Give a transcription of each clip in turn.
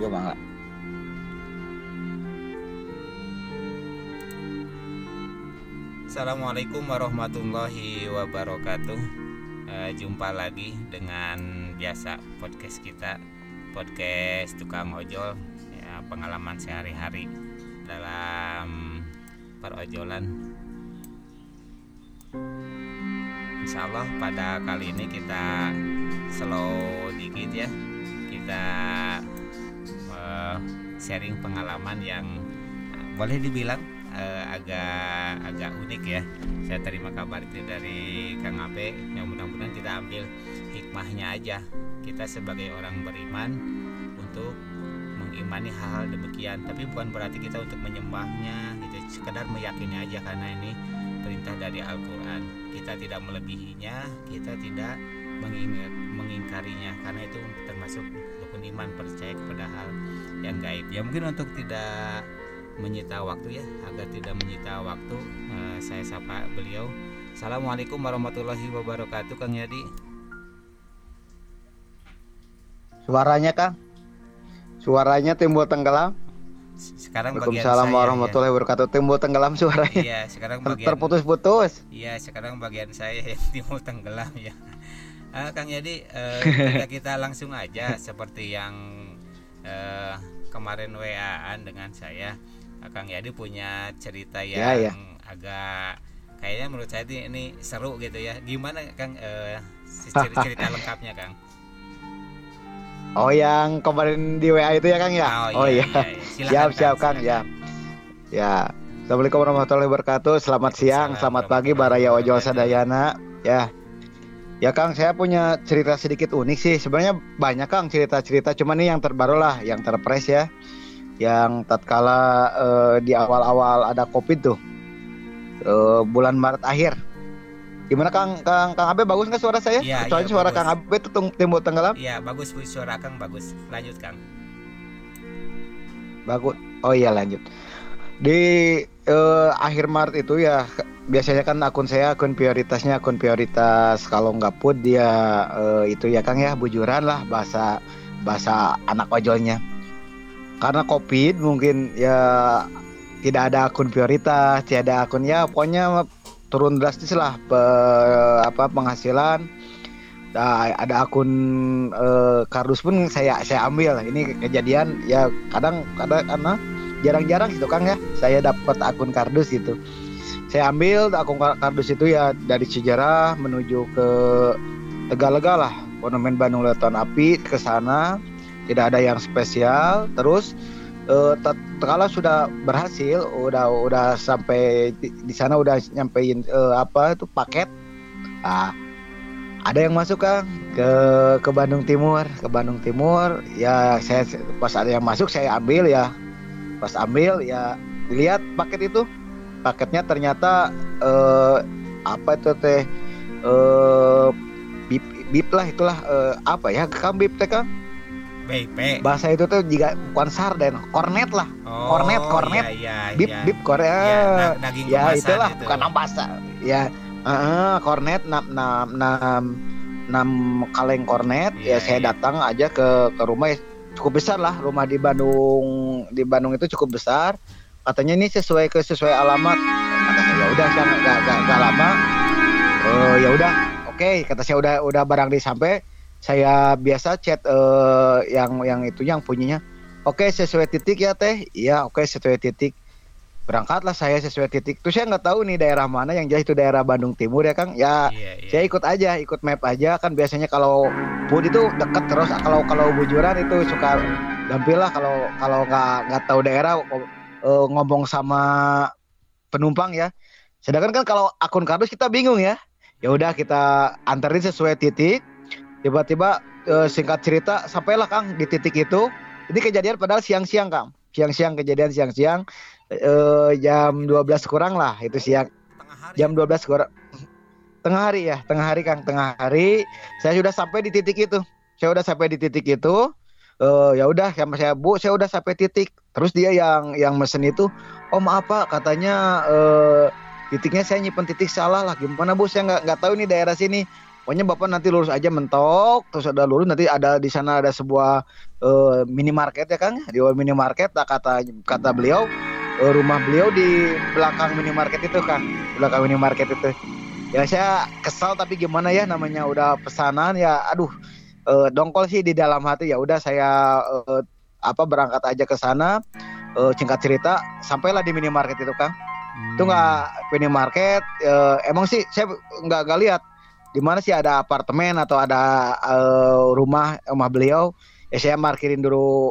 Bangga. Assalamualaikum warahmatullahi wabarakatuh. Jumpa lagi dengan biasa podcast kita, podcast tukang ojol ya, pengalaman sehari-hari dalam perojolan. Insyaallah pada kali ini kita slow dikit ya. Kita sharing pengalaman yang boleh dibilang agak unik ya. Saya terima kabar itu dari Kang Abe. Yang mudah-mudahan kita ambil hikmahnya aja. Kita sebagai orang beriman untuk mengimani hal-hal demikian, tapi bukan berarti kita untuk menyembahnya gitu, sekedar meyakini aja karena ini perintah dari Al-Quran. Kita tidak melebihinya, kita tidak mengingkarinya, karena itu termasuk rukun iman, percaya kepada hal yang gaib. Ya mungkin untuk tidak menyita waktu ya, agar tidak menyita waktu, saya sapa beliau. Assalamualaikum warahmatullahi wabarakatuh, Kang Yadi. Suaranya Kang, suaranya timbul tenggelam. Sekarang Waalaikumsalam warahmatullahi wabarakatuh. Timbul tenggelam suaranya. Iya, sekarang bagian terputus-putus. Iya, sekarang bagian saya yang timbul tenggelam ya. Kang Yadi, kita langsung aja seperti yang kemarin WA-an dengan saya. Kang Yadi punya cerita yang agak kayaknya menurut saya ini seru gitu ya. Gimana Kang cerita lengkapnya Kang? Oh, yang kemarin di WA itu ya Kang ya? Oh iya. Silakan, siap Kang ya. Ya. Assalamualaikum warahmatullahi wabarakatuh. Selamat siang, selamat pagi Baraya Ojol Sadayana ya. Ya Kang, saya punya cerita sedikit unik sih. Sebenarnya banyak Kang cerita-cerita, cuman ini yang terbaru lah, yang terpres ya. Yang tatkala di awal-awal ada Covid tuh, bulan Maret akhir. Gimana Kang Abe, bagus nggak suara saya? Ya, soalnya suara bagus. Kang Abe tuh timbul tenggelam. Iya bagus, suara Kang bagus. Lanjut Kang. Bagus. Oh iya lanjut. Di akhir Maret itu ya, biasanya kan akun prioritas kalau nggak put dia itu ya Kang ya, bujuran lah bahasa anak ojolnya. Karena Covid mungkin ya tidak ada akun prioritas, tidak ada akun, ya pokoknya turun drastis lah penghasilan. Nah, ada akun kardus pun saya ambil. Ini kejadian ya, kadang karena jarang-jarang gitu Kang ya, saya dapat akun kardus gitu. Saya ambil akun kardus itu ya, dari Cijerah menuju ke Tegalega lah, Monumen Bandung Lautan Api, ke sana tidak ada yang spesial. Terus kalau sudah berhasil, udah sampai di sana, udah nyampein paket. Nah, ada yang masuk Kang ke Bandung Timur, ya. Saya pas ada yang masuk saya ambil ya. Pas ambil ya, dilihat paket itu. Paketnya ternyata bip lah, itulah Kang, bip teh Kang. BIP. Bahasa itu tuh juga bukan sarden, kornet lah. Kornet. Iya. Bip Korea. Ya, itulah itu. Bukan ambasa. Ya, kornet 6 kaleng kornet. Ya, saya datang aja ke rumah, cukup besar lah rumah di Bandung. Di Bandung itu cukup besar. Katanya ini sesuai alamat. Kata saya ya udah, saya enggak lama. Ya udah. Oke, kata saya udah barang disampai. Saya biasa chat yang itu yang punyanya. Oke, sesuai titik ya Teh. Iya, oke, sesuai titik. Berangkatlah saya sesuai titik. Terus saya nggak tahu nih daerah mana, yang jelas itu daerah Bandung Timur ya Kang. Ya, saya ikut map aja kan, biasanya kalau pun itu dekat terus. Kalau bujuran itu suka gampil lah, kalau nggak tahu daerah ngomong sama penumpang ya. Sedangkan kan kalau akun kardus kita bingung ya. Ya udah, kita anterin sesuai titik. Tiba-tiba singkat cerita sampailah Kang di titik itu. Ini kejadian padahal siang-siang Kang. Kejadian siang-siang, jam 12 kurang lah itu siang. Jam 12 kurang. Tengah hari Kang, tengah hari. Saya sudah sampai di titik itu. Ya udah, sama saya, Bu, saya udah sampai titik. Terus dia yang mesen itu, oh maaf Pak, katanya titiknya saya nyimpen titik salah lah. Gimana Bu, saya nggak tahu nih daerah sini. pokoknya Bapak nanti lurus aja mentok, terus ada lurus nanti ada di sana ada sebuah minimarket ya Kang. Di minimarket kata beliau rumah beliau di belakang minimarket itu Kang. Belakang minimarket itu. Ya saya kesal tapi gimana ya namanya udah pesanan ya aduh dongkol sih di dalam hati ya udah saya berangkat aja ke sana. Singkat cerita sampailah di minimarket itu Kang. Itu nggak minimarket emang sih saya nggak lihat di mana sih ada apartemen atau ada rumah beliau. Ya saya parkirin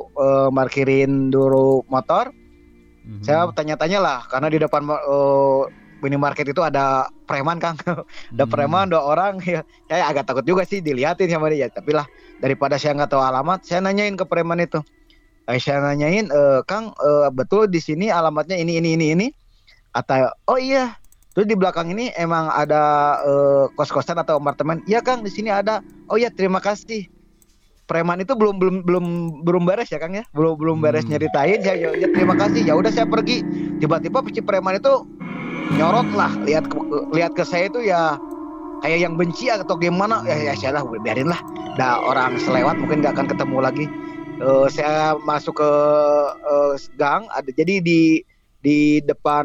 dulu motor. Saya tanya-tanya lah karena di depan minimarket itu ada preman Kang. Ada preman 2 orang ya. Saya agak takut juga sih dilihatin sama dia. Tapi lah daripada saya nggak tahu alamat, saya nanyain ke preman itu. Saya nanyain Kang betul di sini alamatnya ini. Kata oh iya. Terus di belakang ini emang ada kos-kosan atau apartemen? Iya Kang, di sini ada. Oh iya, terima kasih. Preman itu belum beres ya Kang ya. Belum beres nyeritain. Ya terima kasih. Ya udah saya pergi. Tiba-tiba si preman itu nyorot lah, lihat ke saya itu ya kayak yang benci atau gimana. Ya saya lah biarin lah. Dah orang selewat mungkin nggak akan ketemu lagi. Saya masuk ke gang. Jadi di depan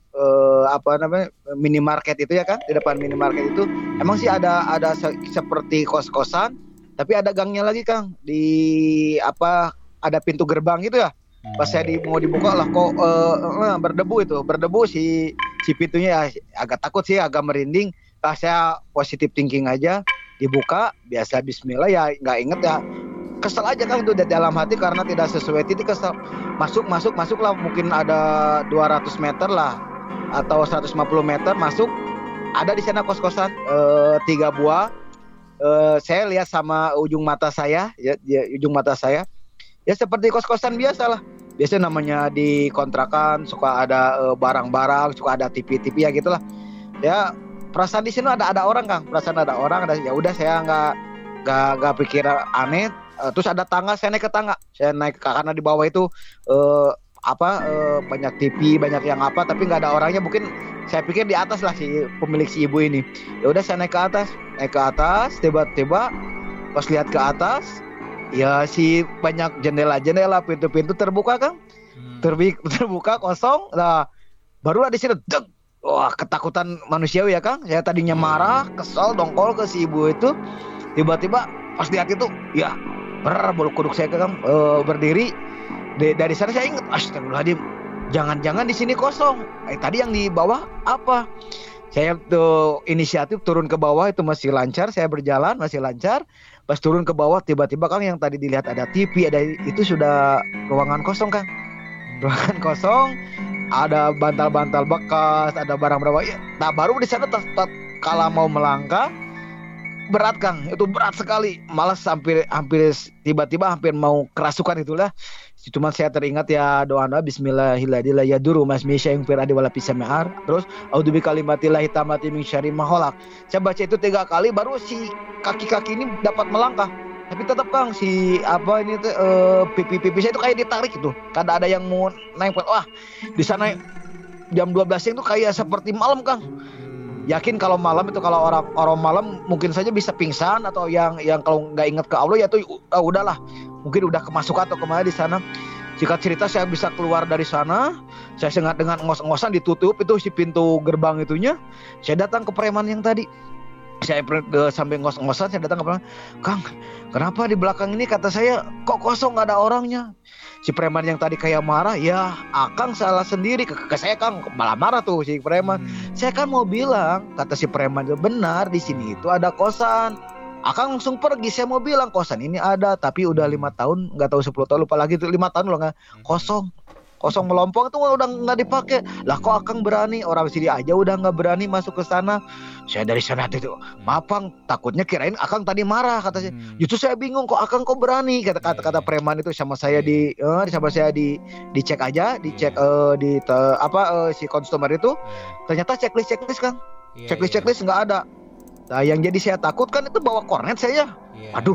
minimarket itu ya kan, di depan minimarket itu emang sih ada seperti kos-kosan tapi ada gangnya lagi Kang, ada pintu gerbang gitu ya. Pas saya mau dibuka lah kok berdebu si pintunya ya, agak takut sih, agak merinding. Saya positive thinking aja, dibuka biasa bismillah ya, nggak inget ya, kesel aja Kang itu dalam hati karena tidak sesuai titik. Kesel masuk lah, mungkin ada 200 meter lah atau 150 meter masuk, ada di sana kos-kosan 3 buah. Saya lihat sama ujung mata saya ya seperti kos-kosan biasa lah. Biasanya namanya di kontrakan suka ada barang-barang, suka ada TV-TV ya gitulah. Ya perasaan di sini ada orang Kang, ya udah saya nggak pikir aneh. Terus ada tangga, saya naik ke tangga. Saya naik karena di bawah itu banyak TV, banyak yang tapi nggak ada orangnya. Mungkin saya pikir di atas lah si pemilik si ibu ini. Ya udah saya naik ke atas. Tiba-tiba pas lihat ke atas, ya si banyak jendela, pintu-pintu terbuka Kang. Terbuka kosong. Nah, barulah di sini wah, ketakutan manusiawi ya Kang. Saya tadinya marah, kesel, dongkol ke si ibu itu. Tiba-tiba pas lihat itu, ya bulu kuduk saya Kang berdiri. Dari sana saya ingat, astagfirullahaladzim, jangan-jangan di sini kosong. Tadi yang di bawah apa? Saya tuh inisiatif turun ke bawah, itu masih lancar, saya berjalan masih lancar. Pas turun ke bawah tiba-tiba Kang yang tadi dilihat ada TV, itu sudah ruangan kosong Kang. Ruangan kosong, ada bantal-bantal bekas, ada barang-barang. Nah baru di sana kala mau melangkah berat Kang, itu berat sekali, malas hampir tiba-tiba hampir mau kerasukan itulah. Cuma saya teringat ya doa bismillahirrahmanirrahim yaduru masmi syai'un fil ardi wala fis sama'ar. Terus a'udzu bikalimatillahi tammati min syarri ma khalaq. Saya baca itu 3 kali baru si kaki-kaki ini dapat melangkah. Tapi tetap Kang pipi saya itu kayak ditarik itu. Kada ada yang mau naik. Wah, di sana jam 12 siang itu kayak seperti malam Kang. Yakin kalau malam itu, kalau orang malam mungkin saja bisa pingsan atau yang kalau nggak ingat ke Allah ya tuh udahlah, mungkin udah kemasukan atau kemana di sana. Singkat cerita saya bisa keluar dari sana, saya sengat dengan ngos-ngosan ditutup itu si pintu gerbang itunya. Saya datang ke preman yang tadi. Saya sampai ngos-ngosan, saya datang ke preman, Kang, kenapa di belakang ini kata saya kok kosong nggak ada orangnya? Si preman yang tadi kayak marah, ya Akang salah sendiri ke saya Kang, malah marah tuh si preman. Saya kan mau bilang, kata si preman, benar di sini itu ada kosan. Akang langsung pergi, saya mau bilang kosan ini ada, tapi udah 5 tahun, nggak tahu 10 tahun lupa lagi, itu 5 tahun loh nggak kosong melompong itu udah nggak dipakai. Lah kok Akang berani, orang sini aja udah nggak berani masuk ke sana. Saya dari sana itu maaf Bang, takutnya kirain Akang tadi marah, kata saya. Justru saya bingung kok Akang kok berani, kata preman itu sama saya dicek aja, si konsumer itu ternyata checklist Kang. Checklist nggak ada. Nah yang jadi saya takut kan itu bawa kornet saya. Aduh,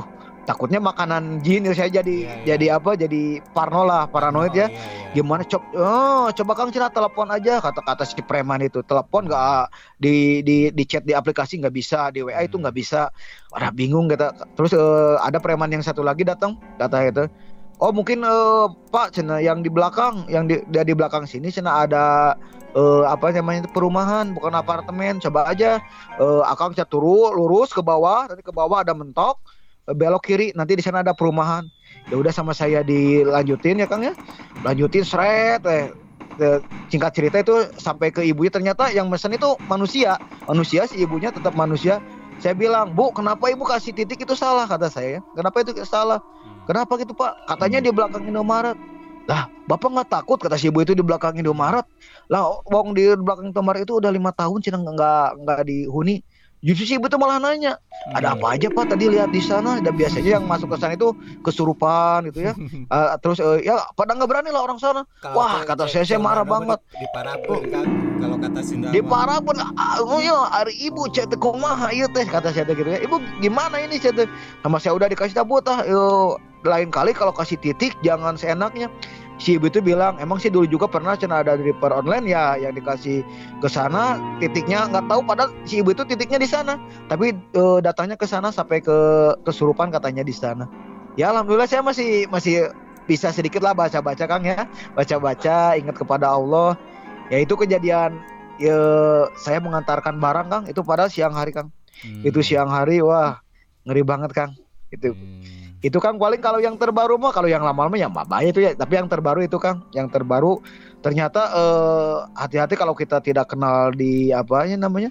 takutnya makanan jin saya jadi apa jadi paranoid ya. Gimana coba Kang Cina telepon aja kata si preman itu. Telepon nggak di chat di aplikasi nggak bisa, di WA itu nggak bisa. Orang bingung kata. Terus ada preman yang satu lagi datang kata itu. Oh mungkin Pak Cina yang di belakang di belakang sini Cina ada apa namanya itu perumahan bukan apartemen. Coba aja Akang bisa lurus ke bawah, nanti ke bawah ada mentok, belok kiri nanti di sana ada perumahan. Ya udah sama saya dilanjutin ya Kang ya. Lanjutin seret singkat cerita itu sampai ke ibunya, ternyata yang mesen itu manusia si ibunya tetap manusia. Saya bilang, "Bu, kenapa Ibu kasih titik itu salah?" kata saya. "Kenapa itu salah?" "Kenapa gitu, Pak?" "Katanya di belakang Indomaret." "Lah, Bapak nggak takut?" kata si ibu itu, "di belakang Indomaret." "Lah, wong di belakang Indomaret itu udah 5 tahun Cina nggak dihuni." Justru si ibu itu malah nanya, "Ada apa aja Pak tadi lihat di sana?" Dan biasanya yang masuk ke sana itu kesurupan gitu ya. Terus ya pada nggak berani lah orang sana. Wah kata saya marah banget. Diparapun kan kalau kata Sunda. Diparapun ya hari ibu cek teh kumaha ieu teh kata saya gitu ya. "Ibu gimana ini cek teh?" Sama saya udah dikasih tahu tah lain kali kalau kasih titik jangan seenaknya. Si ibu itu bilang, emang sih dulu juga pernah Cina ada di per online ya yang dikasih ke sana titiknya nggak tahu, padahal si ibu itu titiknya di sana tapi datangnya ke sana sampai ke kesurupan katanya di sana. Ya alhamdulillah saya masih bisa sedikit lah baca Kang ya, baca ingat kepada Allah. Ya itu kejadian ya, saya mengantarkan barang Kang itu padahal siang hari Kang. Itu siang hari wah ngeri banget Kang itu Kang. Paling kalau yang terbaru mah, kalau yang lama-lama ya bahaya itu ya, tapi yang terbaru itu Kang, yang terbaru ternyata hati-hati kalau kita tidak kenal di apanya namanya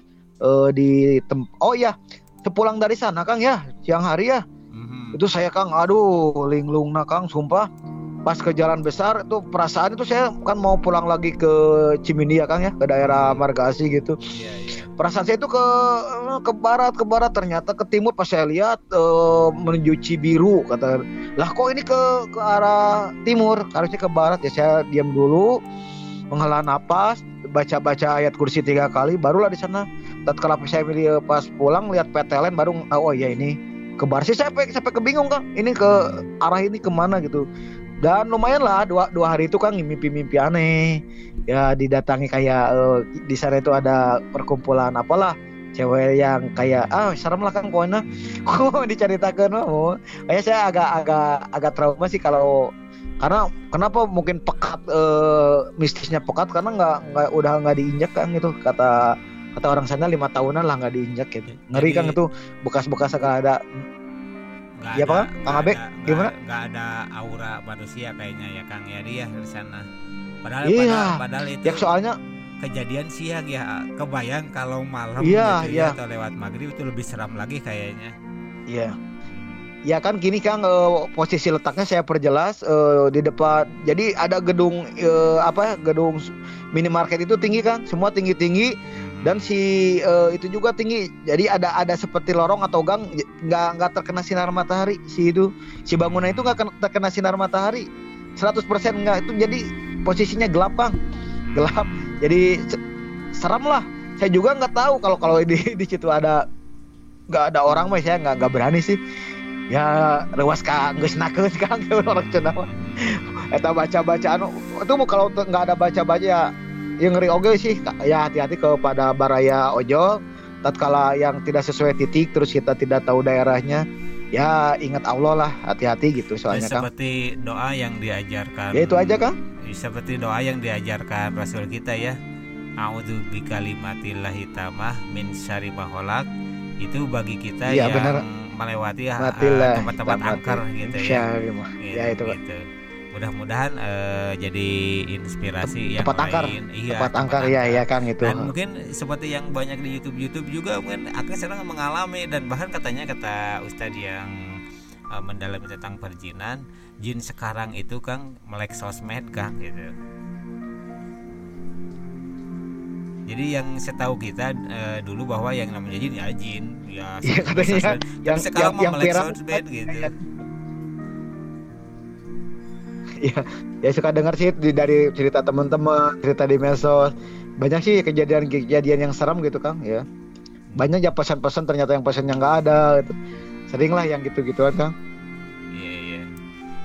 oh ya sepulang dari sana Kang ya siang hari ya itu saya Kang aduh linglungna Kang sumpah pas ke jalan besar itu perasaan itu saya kan mau pulang lagi ke Cimindi ya Kang ya, ke daerah Marga Asih gitu. Perasaan saya itu ke barat ternyata ke timur. Pas saya lihat menuju Cibiru kata, lah kok ini ke arah timur, harusnya ke barat ya. Saya diam dulu, menghela napas, baca ayat kursi 3 kali, barulah di sana. Tatkala saya pas pulang lihat petelen baru oh ya ini ke barat. Saya sampai kebingung Kang, ini ke arah ini kemana gitu. Dan lumayan lah dua hari itu Kang mimpi aneh ya, didatangi kayak di sana itu ada perkumpulan apalah cewek yang kayak serem lah Kang pokoknya kok diceritakan kayak saya agak trauma sih kalau karena kenapa mungkin pekat mistisnya pekat karena nggak diinjak Kang itu kata orang sana 5 tahunan lah nggak diinjak gitu. Ngeri Kang itu bekas-bekas ada. Iya Pak, Kang Abe, gimana? Nggak ada aura manusia kayaknya ya Kang ya dia di sana. Padahal itu. Ya soalnya kejadian siang ya, kebayang kalau malam gitu ya atau lewat maghrib itu lebih seram lagi kayaknya. Iya. Ya kan gini Kang, posisi letaknya saya perjelas di depan. Jadi ada gedung gedung minimarket itu tinggi Kang, semua tinggi. Dan si itu juga tinggi, jadi ada seperti lorong atau gang nggak terkena sinar matahari si bangunan itu nggak terkena sinar matahari 100% nggak, itu jadi posisinya gelap Bang, gelap, jadi serem lah. Saya juga nggak tahu kalau di situ nggak ada orang mah saya nggak berani sih ya, rewas Kang geus nakeun Kang orang cenah mah eta baca-bacaan itu kalau nggak ada baca-baca ya ngeri oge sih ya. Hati-hati kepada baraya ojol tatkala yang tidak sesuai titik terus kita tidak tahu daerahnya ya, ingat Allah lah, hati-hati gitu soalnya Kang. Seperti doa yang diajarkan ya itu aja Kang, seperti doa yang diajarkan Rasul kita ya, a'udzu bikalimatillahi tamah min syarri ma khalaq, itu bagi kita yang bener. Melewati tempat-tempat angker gitu ya. Ya itu gitu. Mudah-mudahan jadi inspirasi tempat yang angker. Lain. Tempat angker ya Kang itu. Dan mungkin seperti yang banyak di YouTube juga mungkin akan sedang mengalami, dan bahkan kata Ustadz yang mendalami tentang perjinan, jin sekarang itu Kang melek sosmed Kang gitu. Jadi yang setahu kita dulu bahwa yang namanya jin ya katanya yang sekarang melek sosmed gitu. Ya suka dengar sih dari cerita teman-teman, cerita di medsos. Banyak sih kejadian yang seram gitu Kang ya. Banyak ya pesan-pesan ternyata yang pesannya nggak ada gitu. Sering lah yang gitu-gituan Kang.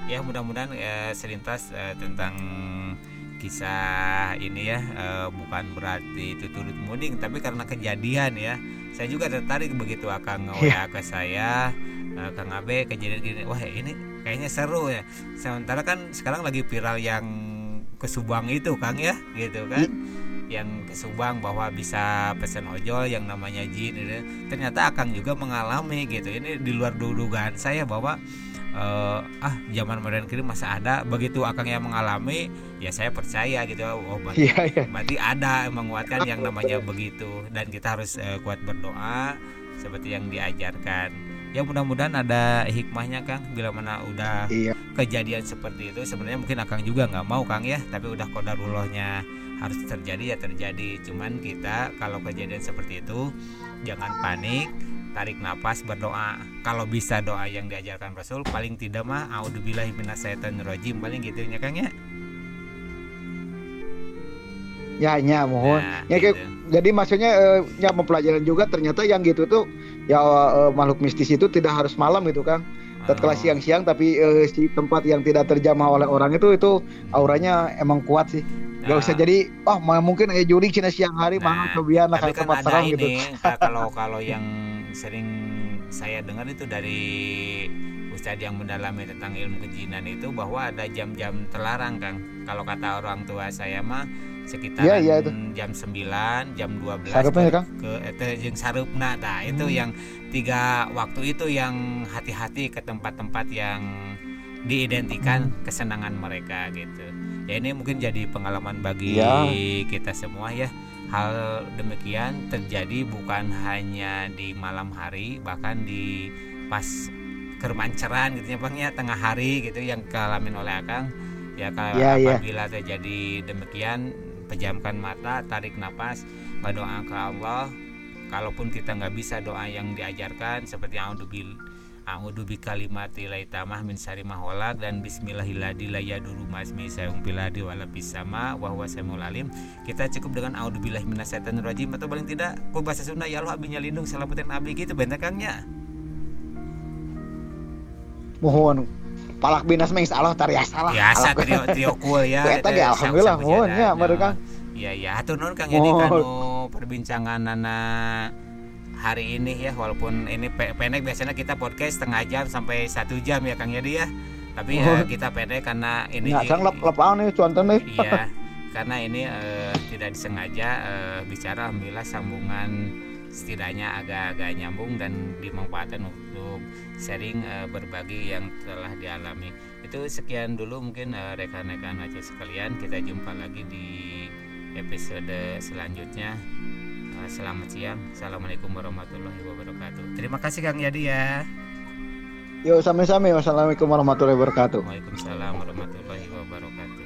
Ya mudah-mudahan selintas tentang kisah ini ya, bukan berarti itu turut muding, tapi karena kejadian ya, saya juga tertarik begitu Akang nge-WA ke saya, Kang Abe kejadian gini, wah ini kayaknya seru ya. Sementara kan sekarang lagi viral yang ke Subang itu Kang ya, gitu kan, yang ke Subang bahwa bisa pesan ojol yang namanya jin gitu. Ternyata Akang juga mengalami gitu. Ini di luar dugaan saya bahwa zaman modern kini masa ada. Begitu Akang yang mengalami, ya saya percaya gitu. Oh berarti ada menguatkan yang namanya begitu. Dan kita harus kuat berdoa seperti yang diajarkan. Ya mudah-mudahan ada hikmahnya Kang. Bila mana udah kejadian seperti itu, sebenarnya mungkin Akang juga nggak mau Kang ya, tapi udah qadarullahnya harus terjadi ya terjadi. Cuman kita kalau kejadian seperti itu jangan panik, tarik nafas, berdoa. Kalau bisa doa yang diajarkan Rasul, paling tidak mah a'udzubillahi minasyaitonirrajim, paling gitu ya Kang ya. Ya mohon. Nah, ya gitu. Jadi maksudnya ya mempelajaran juga ternyata yang gitu tuh ya makhluk mistis itu tidak harus malam gitu Kang. Tatkala siang-siang tapi si tempat yang tidak terjamah oleh orang itu auranya emang kuat sih. Gak usah jadi mungkin juri Cina siang hari mahal kebiasaan lah tapi kan tempat ada serem ini gitu. kalau yang sering saya dengar itu dari Ustadz yang mendalami tentang ilmu kejinan itu, bahwa ada jam-jam terlarang Kang. Kalau kata orang tua saya mah sekitar jam 9, jam 12 sarupnya, ke jeung sarupna. Nah, itu yang 3 waktu itu yang hati-hati ke tempat-tempat yang diidentikan kesenangan mereka gitu. Ya ini mungkin jadi pengalaman bagi kita semua ya. Hal demikian terjadi bukan hanya di malam hari, bahkan di pas kermanceran gitu ya Bang ya, tengah hari gitu yang kalamin oleh Akang. Ya apabila terjadi demikian, pejamkan mata, tarik nafas, berdoa ke Allah. Kalaupun kita nggak bisa doa yang diajarkan seperti a'udzu bikalimatillahi tamah min syarri ma khalaq dan bismillahirrahmanirrahim masmi sayung biladi wala bisama wa huwa samiul alim. Kita cukup dengan a'udzubillahi minasyaitonirrajim, atau paling tidak ku bahasa Sunda, ya Allah abinya lindung selamatin abdi gitu bener Kangnya. Mohon palak binas mah insyaallah tariasa lah. Biasa trio cool ya. Eta ge alhamdulillah mohon nya meureun Kang. Iya hatur nuhun Kang jadi kanu perbincanganana hari ini ya, walaupun ini pendek, biasanya kita podcast setengah jam sampai 1 jam ya Kang Yadi ya, tapi kita pendek karena ini sang lepaan nih cuanten nih. Iya, karena ini tidak disengaja bicara, alhamdulillah sambungan setidaknya agak-agak nyambung dan dimanfaatkan untuk sharing berbagi yang telah dialami. Itu sekian dulu mungkin rekan-rekan aja sekalian, kita jumpa lagi di episode selanjutnya. Selamat siang. Assalamualaikum warahmatullahi wabarakatuh. Terima kasih Kang Yadi ya. Yo sami-sami. Wassalamualaikum warahmatullahi wabarakatuh. Waalaikumsalam warahmatullahi wabarakatuh.